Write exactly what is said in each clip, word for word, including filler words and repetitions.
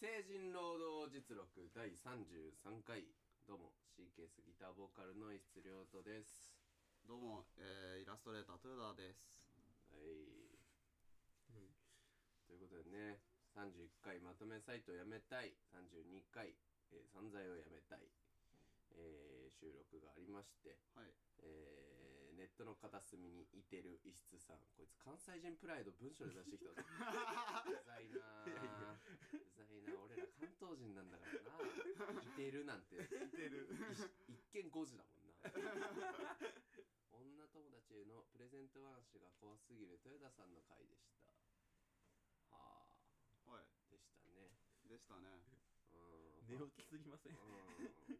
成人労働実録だいさんじゅうさんかい。どうも シーケーエス ギターボーカルの石良人です。 どうも、えー、イラストレーター豊田です。 はい、うん、ということでね、さんじゅういっかいまとめサイトをやめたい、さんじゅうにかい、えー、散財をやめたい、えー、収録がありまして、 はい、 えー、ネットの片隅にいてる石津さん、こいつ関西人プライド文章で出してきたぞ。うざいなぁ、うざいな、俺ら関東人なんだからな。いてるなんていてる一見誤字だもんな。女友達へのプレゼント話が怖すぎる豊田さんの回でした。はあ、 はい、 でしたね。 でしたね。 うん、寝起きすぎません？うん、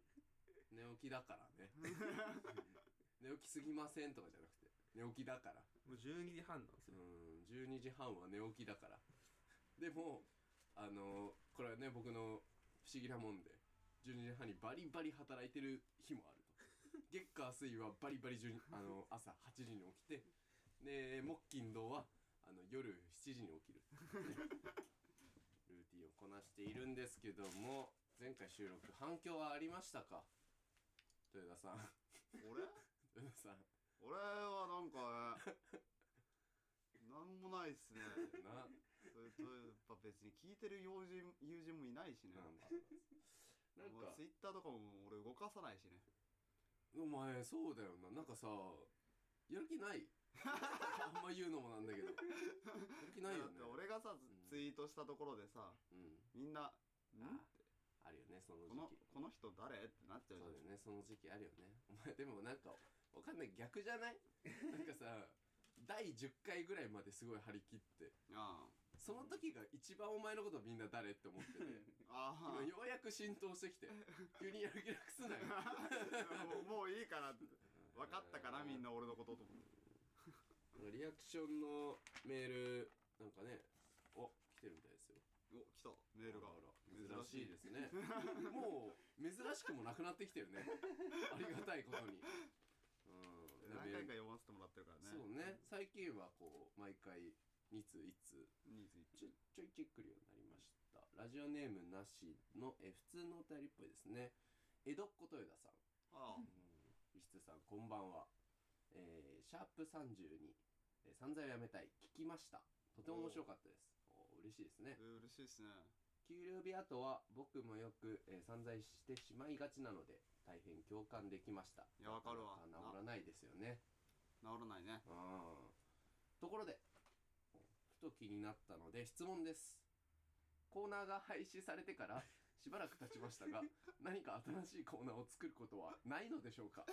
寝起きだからね。寝起きすぎませんとかじゃなくて寝起きだから。 もうじゅうにじはんなんですよ。 うん、じゅうにじはんは寝起きだから。でもあのー、これはね僕の不思議なもんでじゅうにじはんにバリバリ働いてる日もあると。月火水はバリバリあの朝はちじに起きて、で木金土はあの夜しちじに起きる、ね、ルーティンをこなしているんですけども、前回収録反響はありましたか、豊田さん。 俺豊田さん、 俺はなんかね、なんもないっすね。 な、 それとやっぱ別に聞いてる友人友人もいないしね。 なんかなんかツイッターとかも俺動かさないしね。 お前そうだよな、なんかさやる気ない。あんま言うのもなんだけどやる気ないよね。 だって俺がさ、うん、ツイートしたところでさ、うん、みんな「ん?」ってあるよね、その時期。 この、この人誰ってなっちゃうじゃん。 そうだよね、その時期あるよね。お前でもなんかわかんない、逆じゃない？なんかさだいじゅっかいぐらいまですごい張り切って、ああその時が一番お前のことみんな誰って思っててあ今ようやく浸透してきて急にやる気なくすなよ。 もう、もういいかなって分かったかな、みんな俺のことと思って。 リアクションのメールなんかね、お来てるみたいですよ。 お、来たメールが。あら珍しいですね。もう珍しくもなくなってきてるね。ありがたいことに。 うん、何回か読ませてもらってるからね。 そうね、最近はこう毎回に通いつに通いつちょちょいチェックるようになりました。ラジオネームなしのえ普通のお便りっぽいですね。江戸っ子豊田さん、ああ、うん、石津さんこんばんは。えー、シャープさんじゅうに、えー、散財をやめたい聞きました。とても面白かったです。おお嬉しいですね。 えー、嬉しいですね。 給料日後は僕もよく、えー、散財してしまいがちなので大変共感できました。 いや、わかるわ。 治らないですよね。 治らないね。 うん。ところでふと気になったので質問です。コーナーが廃止されてからしばらく経ちましたが何か新しいコーナーを作ることはないのでしょうか。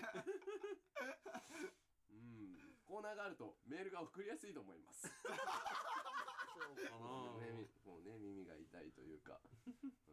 うん、コーナーがあるとメールが送りやすいと思います。そうかな、ね、もうね耳が痛いというか、うん、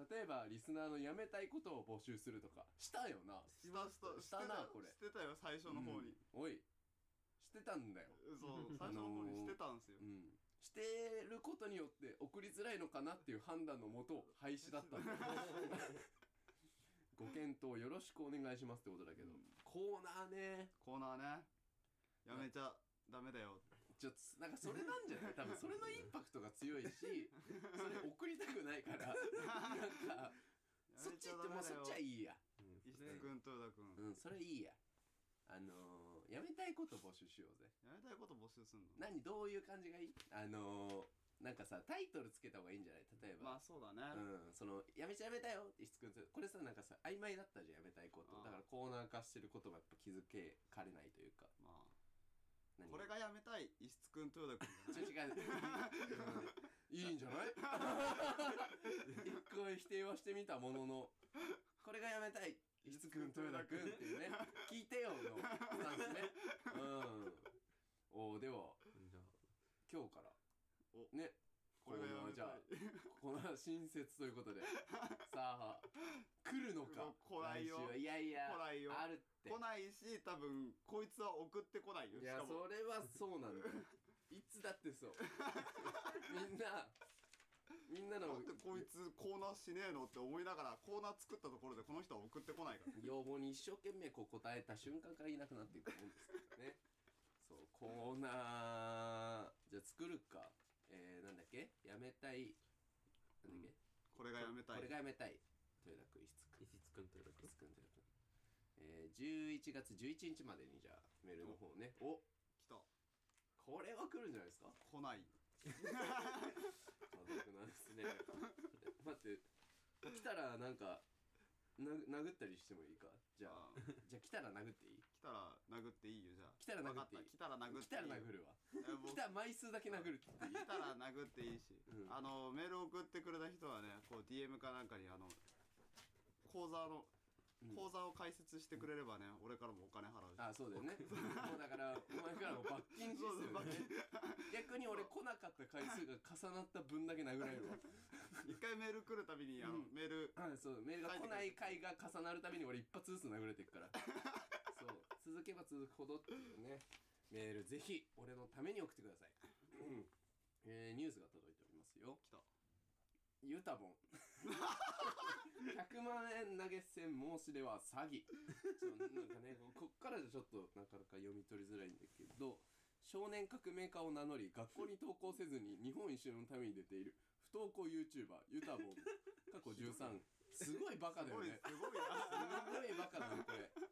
例えばリスナーのやめたいことを募集するとかしたよな。 したしたしたな、これしてたよ最初の方に、うん、 おいしてたんだよ。 そう最初の方にしてたんですよ、 うん、してることによって送りづらいのかなっていう判断のもと廃止だったんだよ。ご検討よろしくお願いしますってことだけど、うん、コーナーねコーナーねやめちゃダメだよ。 ちょっとなんかそれなんじゃない？多分それのインパクトが強いしそれ送りたくないからなんかそっち行ってもうそっちはいいや、 うん、石津くん豊田くん、 うん、それいいや。あのー、やめたいこと募集しようぜ。 やめたいこと募集すんの？ 何どういう感じがいい？あのーなんかさタイトルつけた方がいいんじゃない？例えばまあそうだね、 うん、そのやめちゃやめたよって石津くん、これさなんかさ曖昧だったじゃん、やめたいこと。だからコーナー化してることもやっぱ気づけかれないというか、まあこれがやめたい石津くん豊田くんじゃない？ 違う、うん、いいんじゃない？一回否定はしてみたもののこれがやめたい石津くん豊田くんっていうね聞いてよのスタンスね。うんおでは今日からおね、これがじゃあこの新設ということでさあ来るのか。 来ないよ。 来週。いやいや来ないよ。 あるって来ないし、多分こいつは送ってこないよ。 いやそれはそうなんだよ。いつだってそうみんなみんなのなんでこいつコーナーしねえのって思いながらコーナー作ったところでこの人は送ってこないから要望に一生懸命こう答えた瞬間からいなくなっていくと思うんですけどね。そうコーナーじゃあ作るか。えー、なんだっけ、やめたいなんだっけ、 うん、これやめたい。 これがやめたい。豊田くん、石津くん。 石津くんと豊田くん。 石津くん、豊田くん。えー、じゅういちがつじゅういちにちまでにじゃあメールの方ね。お、 来た。 これは来るんじゃないですか。 来ない。 家族なんですね。待って、来たらなんかな殴ったりしてもいいか。じゃあ、 あーじゃあ来たら殴っていい？ 来たら殴っていいよ、じゃあ。 来たら殴っていい？ わかった、来たら殴っていい。 来たら殴るわ。 え僕来た枚数だけ殴るって言っていい？ 来たら殴っていいし、 うんあのメール送ってくれた人はね、こう ディーエム かなんかにあの口座のうん口座を開設してくれればね、俺からもお金払うし。 あ、そうだよね。もうだからお前からも罰金システムそうそうね。逆に俺来なかった回数が重なった分だけ殴られるわ。 一回メール来るたびにあの、 うんメールあ、そうメールが来ない回が重なるたびに俺一発ずつ殴れてるからそう続けば続くほどっていうね。メールぜひ俺のために送ってください。うん、えー、ニュースが届いておりますよ。 来た。 ユタボンひゃくまんえん投げ銭申し出は詐欺。そうなんかね、こっからじゃちょっとなかなか読み取りづらいんだけど、少年革命家を名乗り学校に登校せずに日本一周のために出ている不登校 YouTuber ユタボン過去じゅうさん。すごいバカだよね。 すごいな。 すごいバカだねこれ。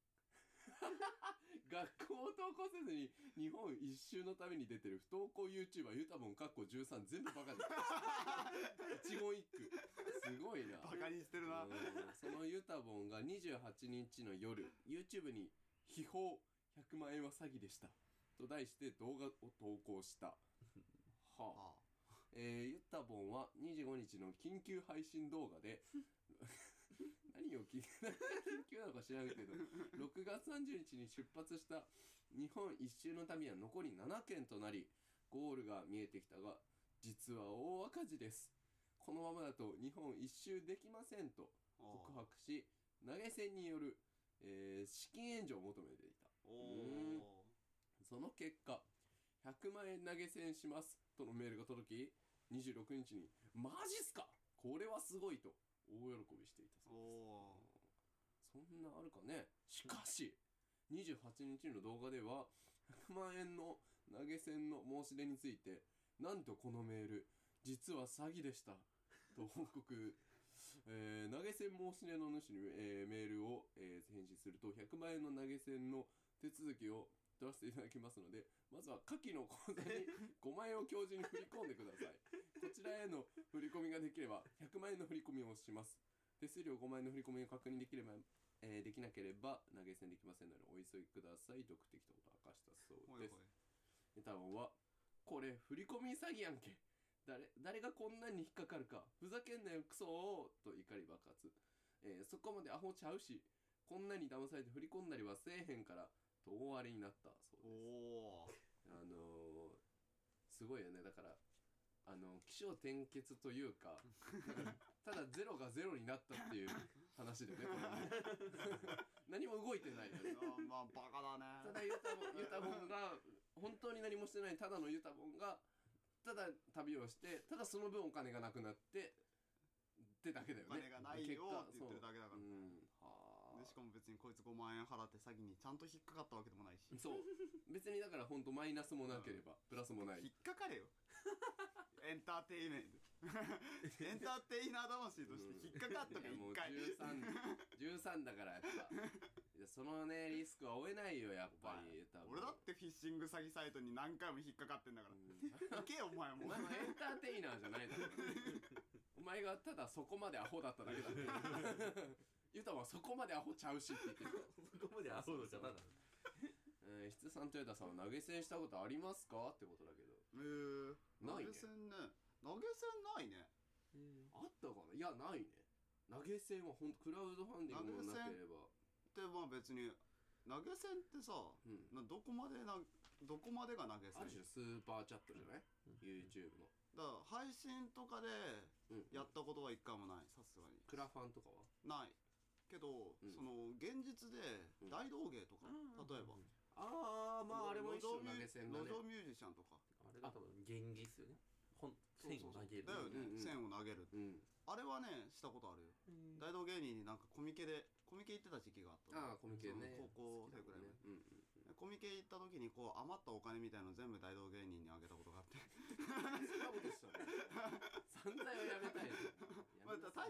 学校を登校せずに日本一周のために出てる不登校 YouTuber ユタボンかっこじゅうさん、全部バカだよ。一言一句すごいな。 バカにしてるな。 うんそのユタボンがにじゅうはちにちの夜 YouTube に秘宝ひゃくまんえんは詐欺でしたと題して動画を投稿した。はあ、 あえー、ユタボンはにじゅうごにちの緊急配信動画で何を緊急なのか知らないけどろくがつさんじゅうにちに出発した日本一周の旅は残りななけんとなり、ゴールが見えてきたが実は大赤字です。このままだと日本一周できませんと告白し、投げ銭による、えー資金援助を求めていた。 おおその結果ひゃくまんえん投げ銭しますとのメールが届き、にじゅうろくにちにマジっすかこれはすごいと大喜びしていたおそうです。 おそんなあるかね。しかしにじゅうはちにちの動画ではひゃくまんえんの投げ銭の申し出について、なんとこのメール実は詐欺でしたと報告。えー投げ銭申し出の主に、えーメールを、えー返信するとひゃくまんえんの投げ銭の手続きを取らせていただきますので、まずは下記の口座にごまんえんを今日中に振り込んでください。こちらへの振り込みができればひゃくまんえんの振り込みをします。手数料ごまんえんの振り込みを確認できれば、えーできなければ投げ銭できませんのでお急ぎくださいと送ってきたことを明かしたそうです。 ほいほい。 ネタボンはこれ振り込み詐欺やんけ、誰誰がこんなんに引っかかるか、ふざけんなよクソーと怒り爆発。えーそこまでアホちゃうし、こんなに騙されて振り込んだりはせえへんからと大荒れになったそうおです。 おあのー、すごいよね。だからあの起承転結というか、ただゼロがゼロになったっていう話でね、これね何も動いてないよね。 あまあバカだね。 ただユタボンユタボンが本当に何もしてない、ただのユタボンがただ旅をして、ただその分お金がなくなってってだけだよね。 お金がないよって言ってるだけだからそううんはあでしかも別にこいつごまんえん払って詐欺にちゃんと引っかかったわけでもないし。 そう別にだから本当マイナスもなければプラスもない。 引っかかれよ。エンターテイメントエンターテイナー魂として引っかかっとけいやもう一回。 じゅうさん、じゅうさんだからやっぱいやそのねリスクは負えないよやっぱり。多分俺だってフィッシング詐欺サイトに何回も引っかかってんだから。 うん行けよお前も。 お前もエンターテイナーじゃないだろお前がただそこまでアホだっただけだユタはそこまでアホちゃうしって言ってる。 そこまでアホの方なの。 えー、質さんとユタさんは投げ銭したことありますかってことだけど。 えー、 ないね投げ銭ね。投げ銭ないね。 あったかな。いやないね。投げ銭はほんとクラウドファンディングもなければ。 でまあ別に投げ銭ってさ、 うんなどこまでなどこまでが投げ銭。 ある種スーパーチャットじゃない、YouTube の。 だから配信とかでうんやったことは一回もない、さすがにクラファンとかはないけど、 うんその現実でうん大道芸とか、 うん例えば、 ああまああれも一緒の投げ銭だね路。上ミュージシャンとかあれが多分原理っすよね。本線を投げる。 だよね、 うんうん線を投げる、 うん。 あれはねしたことあるよ。 うん大道芸人になんかコミケでコミケ行ってた時期があったの。 ああコミケね。 そう高校生くらいまで、 ね。うんうんうん。 コミケ行った時にこう余ったお金みたいの全部大道芸人にあげたことがあってそんなことしたね。散財はやめたいよ。 まあ、大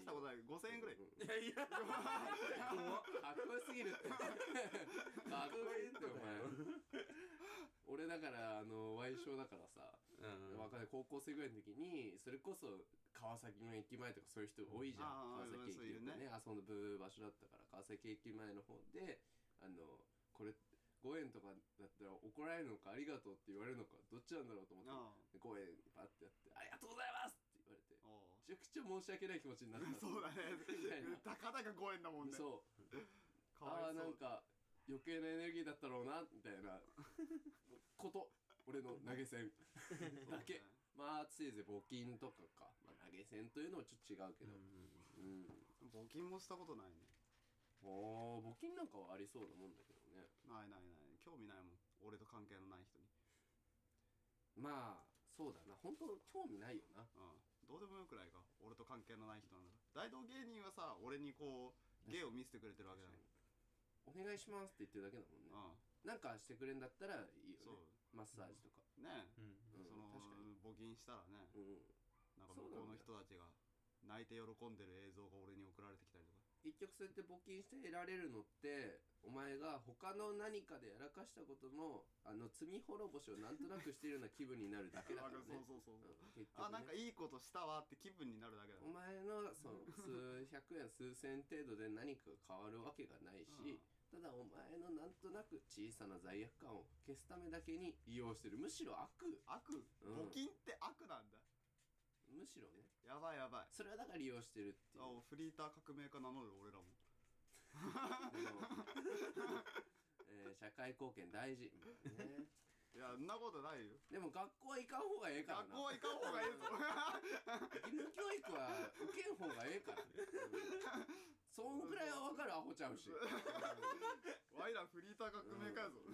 いや怖っかっこよすぎるってかっこいいってお前俺だからあの矮小だからさ、 うんわかんない高校生ぐらいの時にそれこそ川崎の駅前とかそういう人多いじゃん、 あー川崎駅ってねそういうね遊ぶ場所だったから川崎駅前の方であのこれごえんとかだったら怒られるのかありがとうって言われるのかどっちなんだろうと思ってあごえんパッてやってありがとうございますって言われてあおめちゃくちゃ申し訳ない気持ちになったそうだねみたいなたかだかごえんだもんねそうかわいそうああーなんか余計なエネルギーだったろうなみたいなこと俺の投げ銭だけまあせいぜい募金とかか、まあ、投げ銭というのはちょっと違うけどうん募金もしたことないねおー募金なんかはありそうなもんだけどねないないない興味ないもん俺と関係のない人にまあそうだな本当興味ないよなうんどうでもよくないか俺と関係のない人なんだ大道芸人はさ俺にこう芸を見せてくれてるわけだよお願いしますって言ってるだけだもんねうなんかしてくれんだったらいいよねそうマッサージとかんねえうんその確かに募金したらねうんなんか向こうの人たちが泣いて喜んでる映像が俺に送られてきたりとか結局そうやって募金して得られるのってお前が他の何かでやらかしたことのあの罪滅ぼしをなんとなくしているような気分になるだけだからねそうそうそうそううん結局ねあなんかいいことしたわって気分になるだけだお前のその数百円数千円程度で何かが変わるわけがないし、ただお前のなんとなく小さな罪悪感を消すためだけに利用してるむしろ悪悪うん募金って悪なんだむしろねやばいやばいそれはだから利用してるっていうあフリーター革命家名乗る俺らもでもえー社会貢献大事みたいなねいやそんなことないよでも学校は行かん方がええからな学校は行かん方がいいぞ義務教育は受けん方がええから、うん、そんぐらいは分かるアホちゃうし、うんワイらフリーター革命家やぞ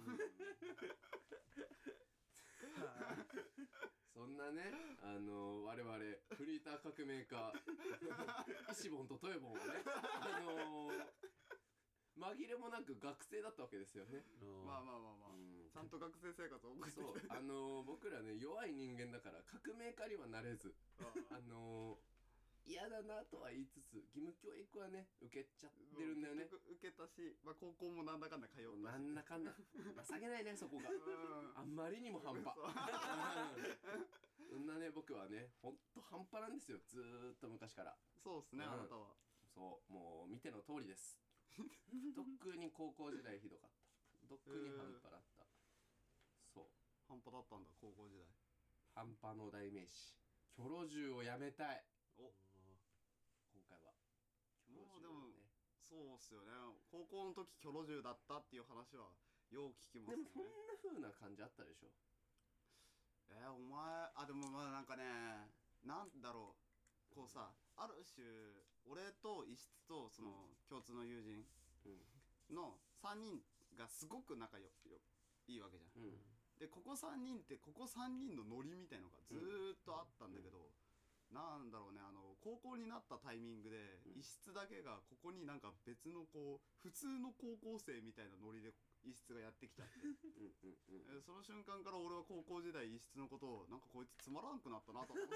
そんなねあの我々フリーター革命家イシボンとトヨボンはねあの紛れもなく学生だったわけですよね、 まあまあまあまあうんちゃんと学生生活を送ってきてそうあの僕らね弱い人間だから革命家にはなれずあの嫌だなとは言いつつ義務教育はね受けちゃってるんだよね結局受けたし、まあ、高校もなんだかんだ通ったしなんだかんだ情けないねそこがうんあんまりにも半端そんなね僕はねほんと半端なんですよずーっと昔からそうっすね、 うんあなたはそうもう見ての通りです特に高校時代ひどかった特に半端だったそう半端だったんだ高校時代半端の代名詞キョロ銃をやめたいお今回はもうでもそうっすよね高校の時キョロ銃だったっていう話はよう聞きますねでもそんな風な感じあったでしょえー、お前あでもまあなんかねなんだろうこうさある種俺と石津とその共通の友人うんのさんにんがすごく仲よよいいわけじゃんうんでここさんにんってここさんにんのノリみたいのがずーっとあったんだけど、なんだろうねあの高校になったタイミングで、 うん異質だけがここになんか別のこう普通の高校生みたいなノリで異質がやってきちゃってうんうんうんえその瞬間から俺は高校時代異質のことをなんかこいつつまらんくなったなと思って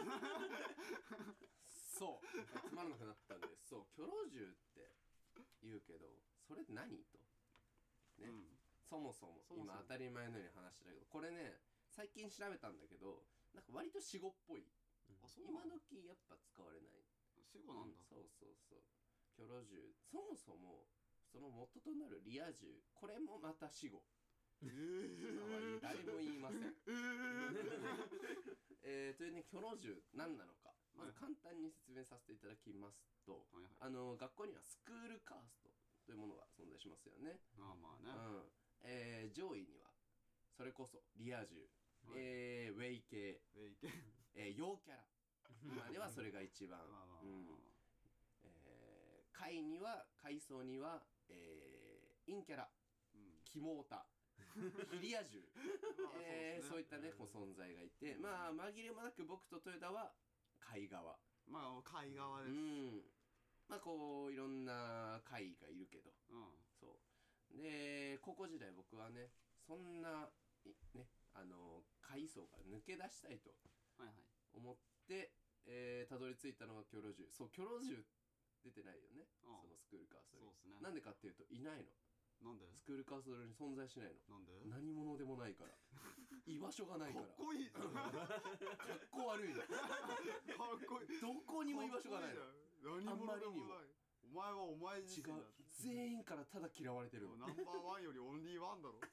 そうつまらなくなったんですそうキョロ銃って言うけどそれ何とね、 うんそもそもそもそも今当たり前のように話してたけどこれね最近調べたんだけどなんか割と死語っぽいあそう今なの時やっぱ使われない死後なんだ、 うんそうそうそうキョロ銃そもそもその元となるリア銃これもまた死語え今は誰も言いませんええー、というねキョロ銃何なのかまずはい簡単に説明させていただきますと、 はいはいあの学校にはスクールカーストというものが存在しますよね、 まあまあね、 うんえー、上位にはそれこそリア充、 はいえー、ウェイ系、 ウェイケえー、陽キャラ今ではそれが一番まあまあまあまあ、 うんえー、階には階層には、えー、陰キャラうんキモータリア充、 まあえー、 そですねそうういったねこう存在がいてまあ紛れもなく僕と豊田は階側まあ海側うですんまあこういろんな階がいるけどうんそうで高校時代僕はねそんないねあの階層から抜け出したいとはいはい思ってえーたどり着いたのがキョロ銃そうキョロ銃っ出てないよね、 ああそのスクールカーストに。 そうですね。 なんでかっていうといないの、 なんでスクールカーストに存在しないの。 なんで何者でもないから居場所がないかからっこいいじゃん。かかっこ悪いのっこいい。 どこにも居場所がないの。 何者でもないあんまりにも。 お前はお前自違う身だ。 全員からただ嫌われてるの。 ナンバーワンよりオンリーワンだろ。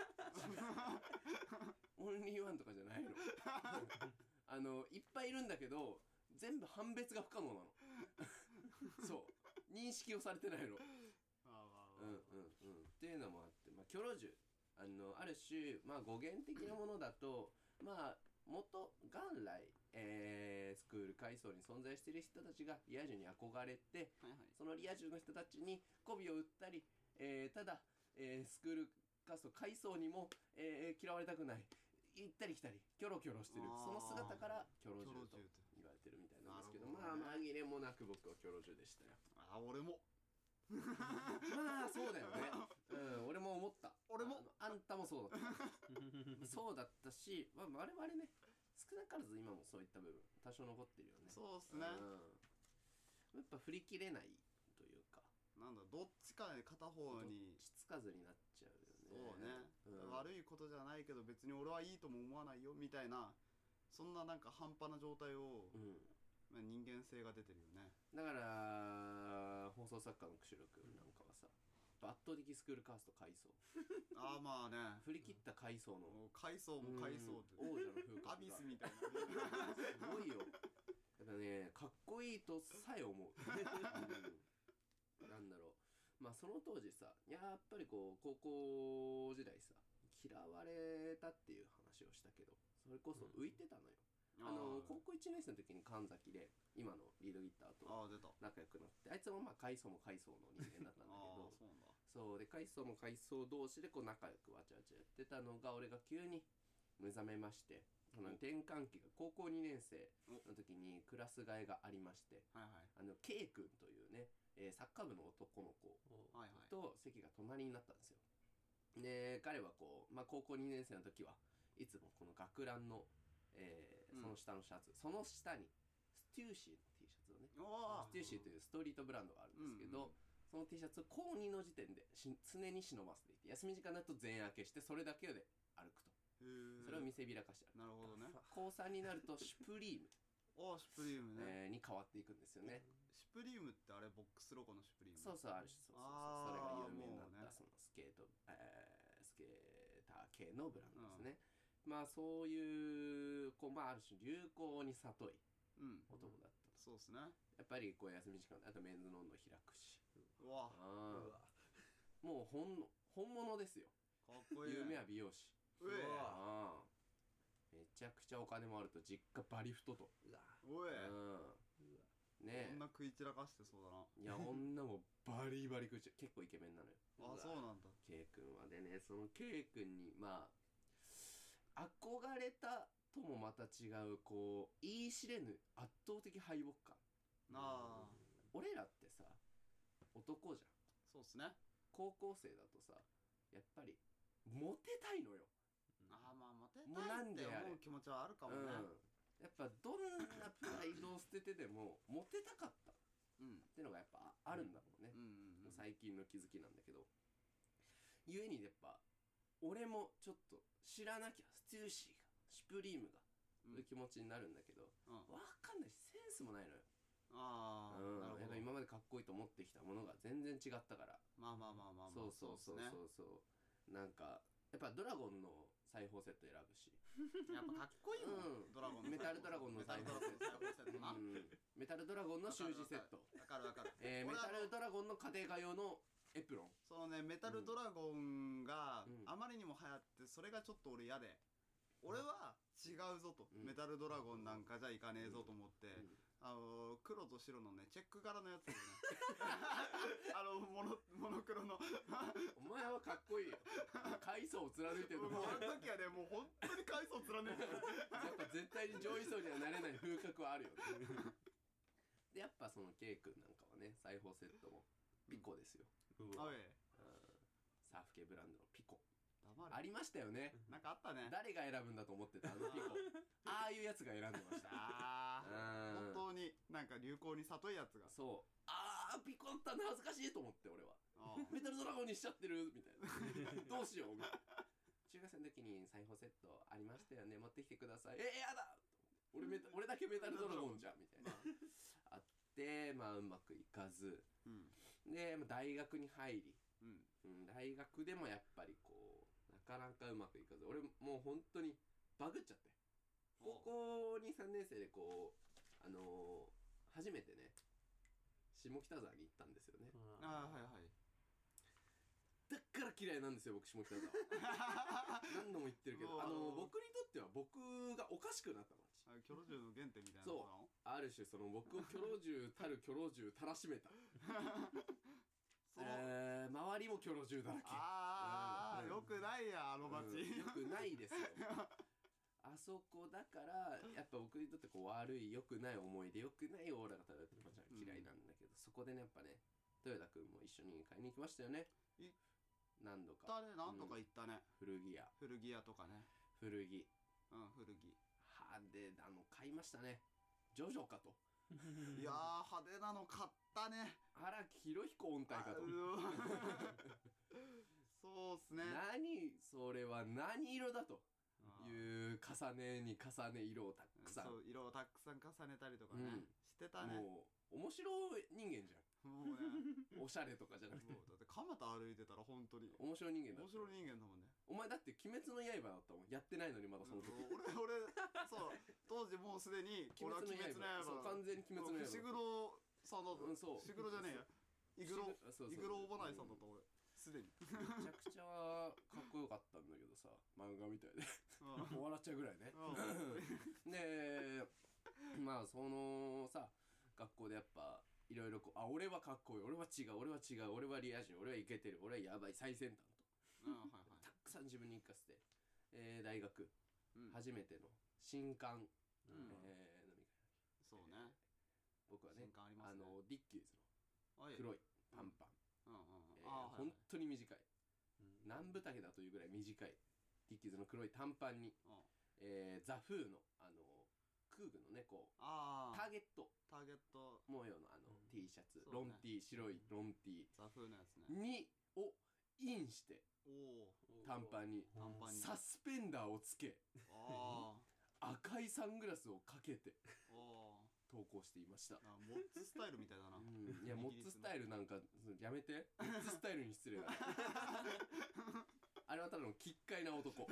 オンリーワンとかじゃないのあのいっぱいいるんだけど全部判別が不可能なのそう認識をされてないの。 あうんうんうんっていうのもあって、まあ、キョロジュあのある種、まあ、語源的なものだとまあ元元来、えー、スクール階層に存在している人たちがリア充に憧れて、 はいはい。 そのリア充の人たちに媚びを売ったり、えーただ、えースクールカースト階層にも、えー嫌われたくない行ったり来たりキョロキョロしてるあーその姿からキョロキョロジュとジュと。 言われてるみたいなんですけど、 なるほどねまあ紛れもなく僕はキョロジュでしたよ。 あ、俺も。 まあそうだよね。うん俺も思った。 俺もあのあんたもそうだったそうだったし、まあ、我々ね少なからず今もそういった部分多少残ってるよね。 そうっすね。 うん、やっぱ振り切れないというかなんだ、どっちかで片方に。 どっちつかずになっちゃうよね。 そうね、 うん、 悪いことじゃないけど別に俺はいいとも思わないよみたいな、そんななんか半端な状態を、 うんまあ、人間性が出てるよね。 だから放送作家の釧路君なんかはさ圧倒的スクールカースト階層ああまあね、 振り切った階層のもう階層も階層って、 うん王者の風格がアビスみたいな。 すごいよ。やっぱねかっこいいとさえ思う、うん、なんだろうまあその当時さやっぱりこう高校時代さ嫌われたっていう話をしたけどそれこそ浮いてたのよ、あの高校いちねん生の時に神崎で今のリードギターとああ出た。 仲良くなってあいつもまあ階層も階層の人間だったんだけああどそうなんだ。 そうで階層も階層同士でこう仲良くわちゃわちゃやってたのが俺が急に目覚めまして、その転換期が高校にねん生の時にクラス替えがありまして、 はいはいあの K 君というね、えーサッカー部の男の子はいはい。 と席が隣になったんですよ。で彼はこう、まあ、高校にねん生の時はいつもこの学ランの、えーうんその下のシャツ、その下にステューシーの T シャツをね、 おステューシーというストリートブランドがあるんですけど、 うんうんその T シャツを高にの時点でし常に忍ばせていて、休み時間だと全開けしてそれだけで歩くと、 へーそれを見せびらかして歩く。 なるほどね。 高さんになるとシュプリーム、 おーシュプリームね、 えーに変わっていくんですよね。 シュプリームってあれボックスロゴのシュプリーム。 そうそうあるし、そうそうそうあーそれが有名になっもうねたそのスケート、えースケーター系のブランドですね。まあそういうこう、まあ、ある種流行に里いうん男だったと、 そうっすね。 やっぱりこう休み時間あとメンズノンノ開くし、 うわあうわーもう本本物ですよ。 かっこいいね。 夢は美容師。 うえうわああめちゃくちゃお金もあると実家バリ太と、 うわおい、 うんねこんな食い散らかしてそうだな。 えいや女もバリバリ食いちゃう結構イケメンなのよあそうなんだ。 K 君は。でねその K 君にまあ憧れたともまた違うこう言い知れぬ圧倒的敗北感。 ああ俺らってさ男じゃん、 そうっすね。 高校生だとさやっぱりモテたいのよ。 ああまあモテもうたないんであれって思う気持ちはあるかもね。 うん、やっぱどんなプライドを捨ててでもモテたかったっうんていうのがやっぱあるんだろうね、 うんうんうん。 最近の気づきなんだけど、ゆえにやっぱ俺もちょっと知らなきゃステューシーがシュプリームがうんという気持ちになるんだけど、 うん、 わかんないしセンスもないのよ。 ああ、 うん、 なるほど。 やっぱ今までかっこいいと思ってきたものが全然違ったから、 まあまあまあまあまあ、 そうそうそうっすね。 そうそうなんかやっぱドラゴンの裁縫セット選ぶし、 やっぱかっこいいもん、 うんドラゴンのメタルドラゴンのメタルドラゴンの裁縫セットな。 うん、メタルドラゴンの習字セット、 わかるわかる。 えー、メ俺はタルドラゴンの家庭科用のエプロン。 そのねメタルドラゴンがうんあまりにも流行ってそれがちょっと俺嫌で、俺は違うぞと、 うんメタルドラゴンなんかじゃいかねえぞと思って、 うんあの黒と白のねチェック柄のやつでねあのモノモノクロのお前はかっこいいよ。階層を貫いてるのももうあの時はねもう本当に階層貫いてるやっぱ絶対に上位層にはなれない風格はあるよね。でやっぱその K 君なんかはね裁縫セットもピコですよ、 うわおいうん、サーフ系ブランドのピコ黙れありましたよね。 なんかあったね。 誰が選ぶんだと思ってたあのピコああいうやつが選んでました。 ああうん本当になんか流行に里いやつがそうあわーピコだったんだ恥ずかしいと思って俺はああメタルドラゴンにしちゃってるみたいなどうしようみたいな中学生の時に裁縫セットありましたよね持ってきてくださいえー、やだ俺メタ俺だけメタルドラゴンじゃんみたいなあってまあうまくいかずうんでまあ大学に入り、 うんうん、大学でもやっぱりこうなかなかうまくいかず俺もう本当にバグっちゃって高校にさんねん生でこうあのー、初めてね下北沢に行ったんですよねああはいはいだから嫌いなんですよ僕下北沢何度も言ってるけどあのー、僕にとっては僕がおかしくなった街あキョロ銃の原点みたいなそうある種その僕をキョロ銃たるキョロ銃たらしめたえー、周りもキョロ銃だらけああ、 うんよくないやあの街、 うん、よくないですよあそこだからやっぱ僕にとってこう悪い良くない思い出良くないオーラが漂ってる街は嫌いなんだけど、うん、そこでねやっぱね豊田君も一緒に買いに行きましたよね何度か行ったね何度か行ったね、 うん、古着屋古着屋とかね古着うん古着はであの買いましたねジョジョかといやー派手なの買ったね荒木宏彦音体かとそうっすね何それは何色だという重ねに重ね色をたくさんそう色をたくさん重ねたりとかね、うん、してたねもう面白い人間じゃんもうねおしゃれとかじゃなくてだって蒲田歩いてたら本当に面白い人間だ面白い人間だもんねお前だって鬼滅の刃だったもんやってないのにまだその時俺俺そう当時もうすでに俺は鬼滅の刃そう完全に鬼滅の刃伏黒さんだった、 うん、そう伏黒じゃねえやイグロイグロおばないさんだった俺すでにめちゃくちゃかっこよかったんだけどさ漫画みたいで笑っちゃうぐらいねでまあそのさ学校でやっぱいろいろこうあ俺はかっこいい俺は違う俺は違う俺はリア充俺はイケてる俺はやばい最先端とあ、はいはい、 たくさん自分に生かせて、えー、大学、うん、初めての新刊、うんえー、飲み会そうね僕はねありますねあのディッキーズの黒いパンパン、うんうんうんえーはいはい、本当に短い、うん、何分丈だというぐらい短いディッキーズの黒い短パンに、うんえー、ザ・フーのあの空軍のねこうあターゲットターゲット模様のあの、うん、T シャツ、ね、ロン T 白いロン T ザ・フーのやつねにをインして短パンにサスペンダーをつけあ赤いサングラスをかけて投稿していましたモッツスタイルみたいだな、うん、 いやモッツスタイルなんかやめてモッツスタイルに失礼だあれはただの奇っ怪な男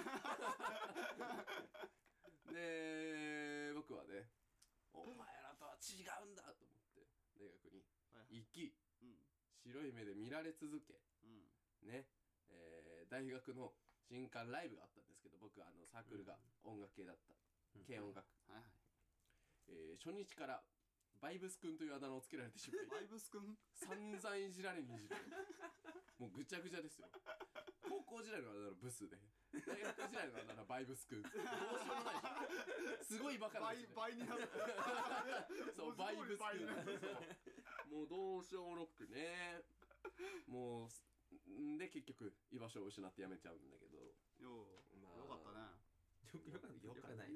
で僕はねお前らとは違うんだと思って大学に行き、はいはいうん、白い目で見られ続け、うん、ね、えー、大学の新刊ライブがあったんですけど僕はあのサークルが音楽系だった、うん、軽音楽、はいはいえー、初日からバイブスくんというあだ名をつけられてしまいバイブスくん散々いじられにいじられもうぐちゃぐちゃですよ高校時代のあだ名ブスで大学時代のあだ名バイブスくんどうしようもないしすごいバカなんですね倍になるそうバイブスくんもうどうしようもなくねもうんで結局居場所を失ってやめちゃうんだけどよ、まあ、よかったねよかったよかないよ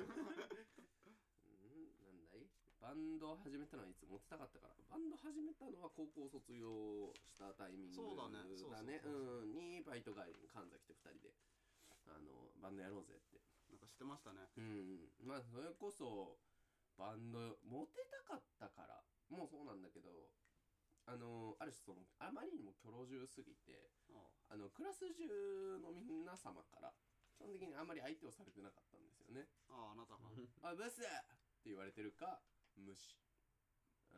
なんだいバンドを始めたのはいつモテたかったからバンド始めたのは高校卒業したタイミングそうだねそうだねうんにバイト帰りに神崎とふたりであのバンドやろうぜってなんか知ってましたねうんまあそれこそバンドモテたかったからもうそうなんだけどあのある種そのあまりにもキョロ銃すぎてあのクラス中の皆様から基本的にあんまり相手をされてなかったんですよねあああなたがあブスって言われてるか無視、うん、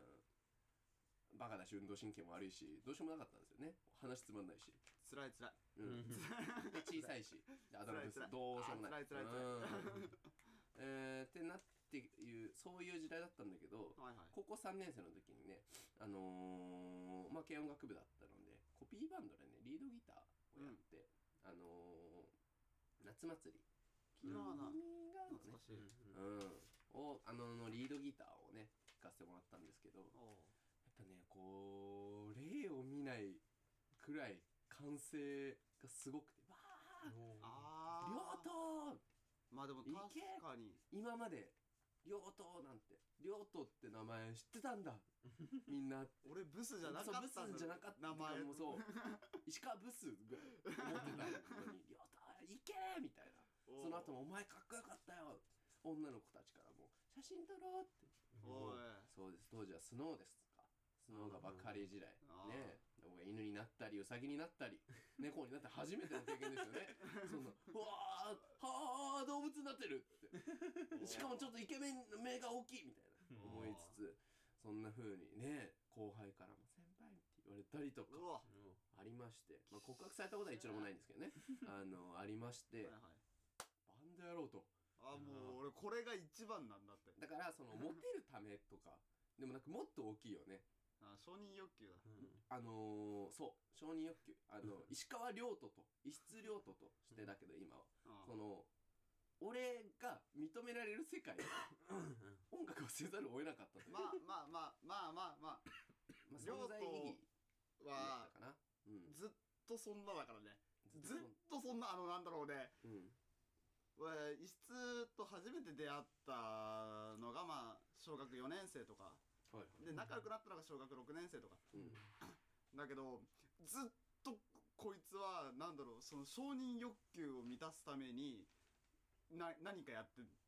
バカだし運動神経も悪いしどうしようもなかったんですよね話つまんないしつらいつらい、 うん、で小さいしで頭ブスどうしようもないつらいつらいつらいえー、ってなっていうそういう時代だったんだけど、はいはい、高校さんねん生の時にねあのー、まあ軽音楽部だったのでコピーバンドでねリードギターをやって、うん、あのー、夏祭り君がね懐かしい、うんうんをあのリードギターをね聴かせてもらったんですけどやっぱねこう例を見ないくらい歓声がすごくてわーあ両党まあでも確かに今まで両党なんて両党って名前知ってたんだみんな俺ブスじゃなかそうブったんだスじゃなかった名前もうそう石川ブスぐらい思ってたのに両党行けーみたいなその後もお前かっこよかったよ女の子たちからも写真撮ろうっておいそうです当時はスノーですかスノーが爆張り時代あーね僕が犬になったりウサギになったり猫になって初めての経験ですよねそんなうわーはー動物になってるってしかもちょっとイケメンの目が大きいみたいな思いつつそんな風にね後輩からも先輩って言われたりとかうわありまして、まあ、告白されたことは一度もないんですけどねあのありましてはいはいバンドやろうとあもう俺これが一番なんだってだからそのモテるためとかでもなんかもっと大きいよねあ承認欲求だあのー、そう承認欲求あの石川亮斗と石津亮斗としてだけど今はあその俺が認められる世界で音楽をせざるを得なかったというまあまあまあまあまあまあまあ存在意義だはったかなうんずっとそんなだからねずっとずっとそんなあのなんだろうねうん俺一室と初めて出会ったのがまあ小学よねん生とかはいはいで仲良くなったのが小学ろくねん生とかうんだけどずっとこいつはなんだろうその承認欲求を満たすためにな何かやってる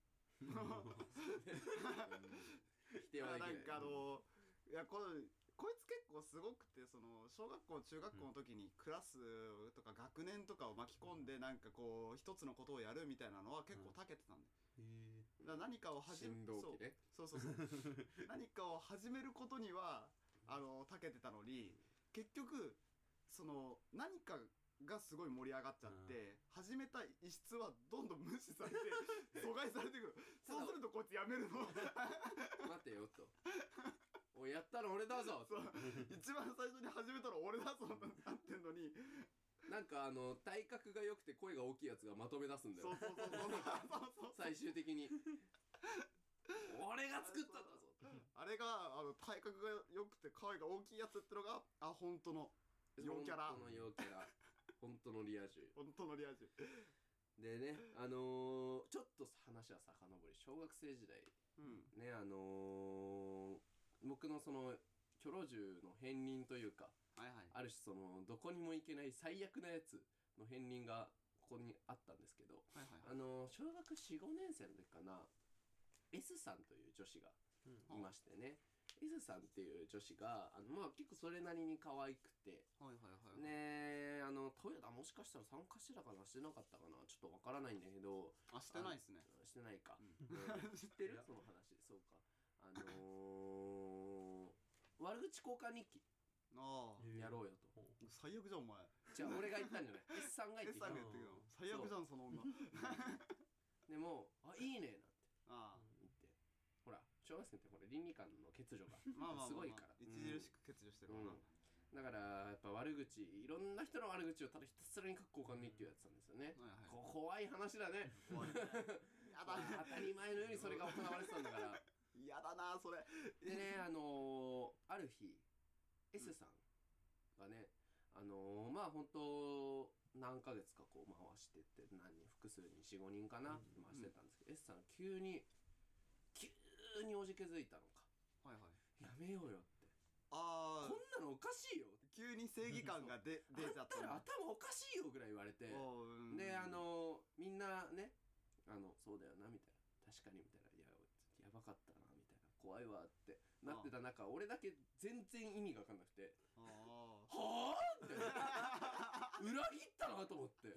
否定はできないなんかあのいやこれこいつ結構すごくてその小学校中学校の時にクラスとか学年とかを巻き込んでなんかこう一つのことをやるみたいなのは結構長けてたんで、 へだから何かを始め振動機ねそうそうそうそう何かを始めることにはあの長けてたのに結局その何かがすごい盛り上がっちゃって始めた異質はどんどん無視されて阻害されてくるそうするとこいつやめるの待てよとおいやったの俺だぞそう一番最初に始めたの俺だぞってなってんのになんかあの体格が良くて声が大きいやつがまとめ出すんだよそうそうそうそうそう最終的に俺が作ったんだぞあれがあの体格が良くて声が大きいやつってのがあ本当の陽キャラ本当の陽キャラ本当のリア充本当のリア充でねあのー、ちょっと話は遡り小学生時代うんねあのー、僕のそのキョロ銃の片鱗というかはいはいある種そのどこにも行けない最悪なやつの片鱗がここにあったんですけどはいはいあのー、小学よん、ごねん生の時かな S さんという女子がいましてね S さんっていう女子があの、まあ、結構それなりに可愛くてはいはいはいねあの豊田もしかしたら参加してたかなしてなかったかなちょっとわからないんだけどあしてないっすねあしてないか、 うんね知ってるその話そうかあのー、悪口交換日記ああやろうよと最悪じゃんお前じゃあ俺が言ったんじゃない S さんが言っ S てきたさんが言ってくの最悪じゃんその女でもあいいねなんてああ言ってほら小学生ってほら倫理観の欠如がまあまあまあすごいから著しく欠如してるわな、 うんだからやっぱ悪口いろんな人の悪口をただひたすらに書く交換日記をやってたんですよね、 はいはいこ怖い話だね怖いねやだね当たり前のようにそれが行われてたんだからやだなそれでねあのー、ある日 S さんがねあのー、まあ本当何ヶ月かこう回してって何人複数人 よん、ごにんかな、 うん回してたんですけど、うん、S さん急に急におじけづいたのかはいはいやめようよってああこんなのおかしいよ急に正義感が出出ちゃったあんたら頭おかしいよぐらい言われておううんであのー、みんなねあのそうだよなみたいな確かにみたいないややばかったなみたいな怖いわってなってた中俺だけ全然意味が分かんなくてあはぁって裏切ったなと思って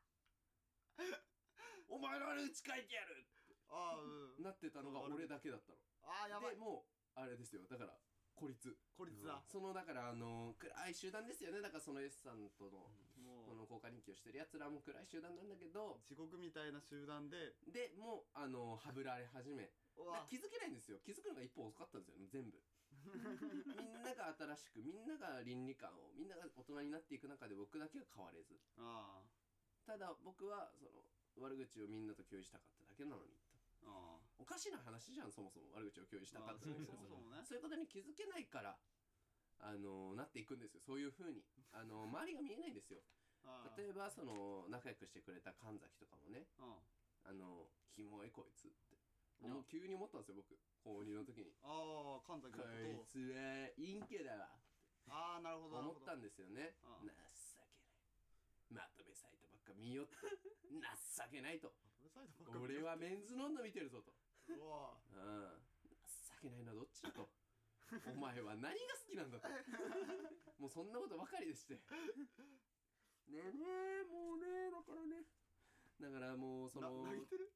お前の悪口書いてやるああうんなってたのが俺だけだったのああやばいでもうあれですよだから孤立孤立だそのだからあの暗い集団ですよねだからその S さんとのもうこの交換日記をしてるやつらも暗い集団なんだけど地獄みたいな集団ででもうあのはぶられ始めうわ気づけないんですよ気づくのが一歩遅かったんですよね全部みんなが新しくみんなが倫理観をみんなが大人になっていく中で僕だけは変われずあただ僕はその悪口をみんなと共有したかっただけなのにああおかしな話じゃんそもそも悪口を共有したかっただけでまあそうそもそもねそういうことに気づけないからあのなっていくんですよそういう風にあの周りが見えないんですよああ例えばその仲良くしてくれた神崎とかもねああのキモいこいつってもう急に思ったんですよ僕高にの時に。 ああ神崎このことをいつは陰キャだわああなるほど思ったんですよね。 ああ情けないまとめサイトばっか見よって情けないと俺はメンズノンノ見てるぞとうわうん情けないのはどっちだとお前は何が好きなんだともうそんなことばかりでしてねえねえもうねだからねだからもうその泣いてる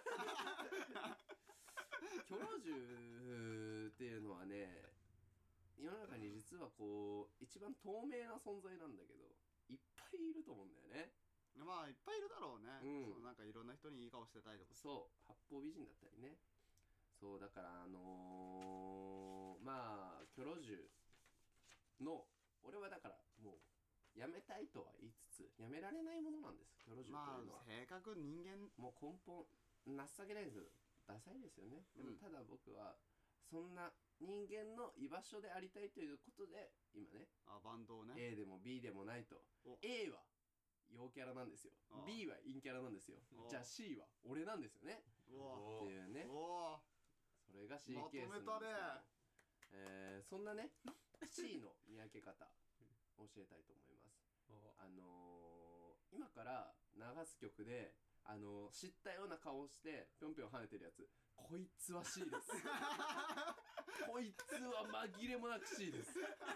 キョロ獣っていうのはね世の中に実はこう一番透明な存在なんだけどいっぱいいると思うんだよね。 まあいっぱいいるだろうね、 うんそうなんかいろんな人にいい顔してたりとかそう八方美人だったりねそうだからあのー、まあキョロ獣の俺はだからもうやめたいとは言いつつやめられないものなんですキョロ獣まあというのは、 性格人間もう根本情けないですダサいですよね。でもうんただ僕はそんな人間の居場所でありたいということで今ねあバンドをね A でも B でもないとお A は陽キャラなんですよああ B は陰キャラなんですよああじゃあ C は俺なんですよねうわおっていうねおそれが C まとケースなんですよめたねえー、そんなね C の見分け方教えたいと思いますあのー、今から流す曲であのー、知ったような顔をしてぴょんぴょん跳ねてるやつこいつは C ですこいつは紛れもなく C です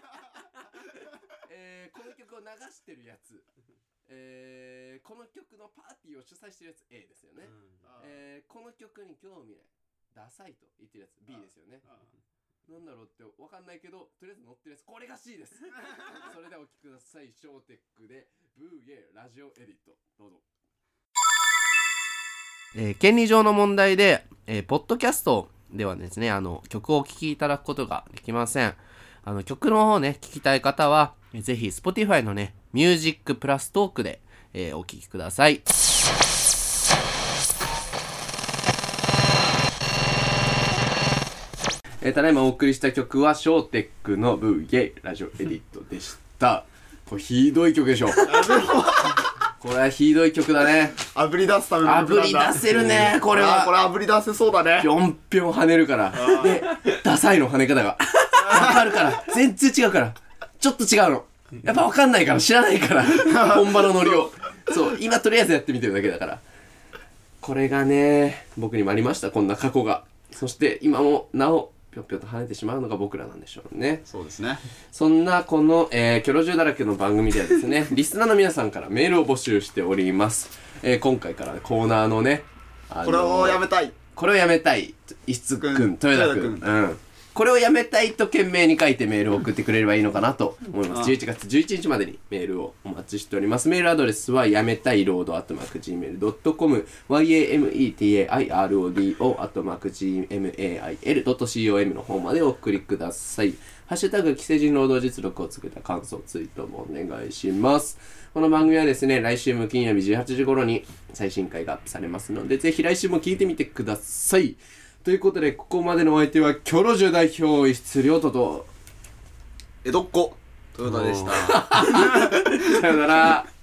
えー、この曲を流してるやつえー、この曲のパーティーを主催してるやつ A ですよね、 あえー、この曲に興味ないダサいと言ってるやつ B ですよねあなんだろうって分かんないけどとりあえず乗ってるやつこれが C ですそれではお聴きくださいショーテックでブーゲーラジオエディットどうぞえー、権利上の問題で、えー、ポッドキャストではですねあの曲をお聴きいただくことができません。あの曲の方ね聴きたい方はぜひ Spotify のねミュージックプラストークで、えー、お聴きください。えー、ただいまお送りした曲はショーテックのブーゲイラジオエディットでした。これひどい曲でしょこれはひどい曲だね。 あぶり出すためのあぶり出せるねこれは。 これあぶり出せそうだねぴょんぴょん跳ねるからでダサいの跳ね方がわかるから全然違うからちょっと違うのやっぱわかんないから知らないから本場のノリをそう今とりあえずやってみてるだけだからこれがね僕にもありましたこんな過去が。そして今もなおぴょんぴょんと跳ねてしまうのが僕らなんでしょうね。 そうですねそんなこの、えー、キョロ獣だらけの番組ではですねリスナーの皆さんからメールを募集しております、えー、今回からコーナーのね、あのー、 これをやめたいこれをやめたい石津くん豊田くん、 豊田うん、これをやめたいと懸命に書いてメールを送ってくれればいいのかなと思います。じゅういちがつじゅういちにちまでにメールをお待ちしております。メールアドレスはやめたいロードアットマーク ジーメールドットコム ヤメタイロードアットマーク ジーメールドットコム の方までお送りください。ハッシュタグ既成人労働実力をつけた感想ツイートもお願いします。この番組はですね来週も金曜日じゅうはちじ頃に最新回がアップされますのでぜひ来週も聞いてみてください。ということでここまでのお相手はキョロ獣代表石津亮斗と江戸っ子豊田でしたさよなら。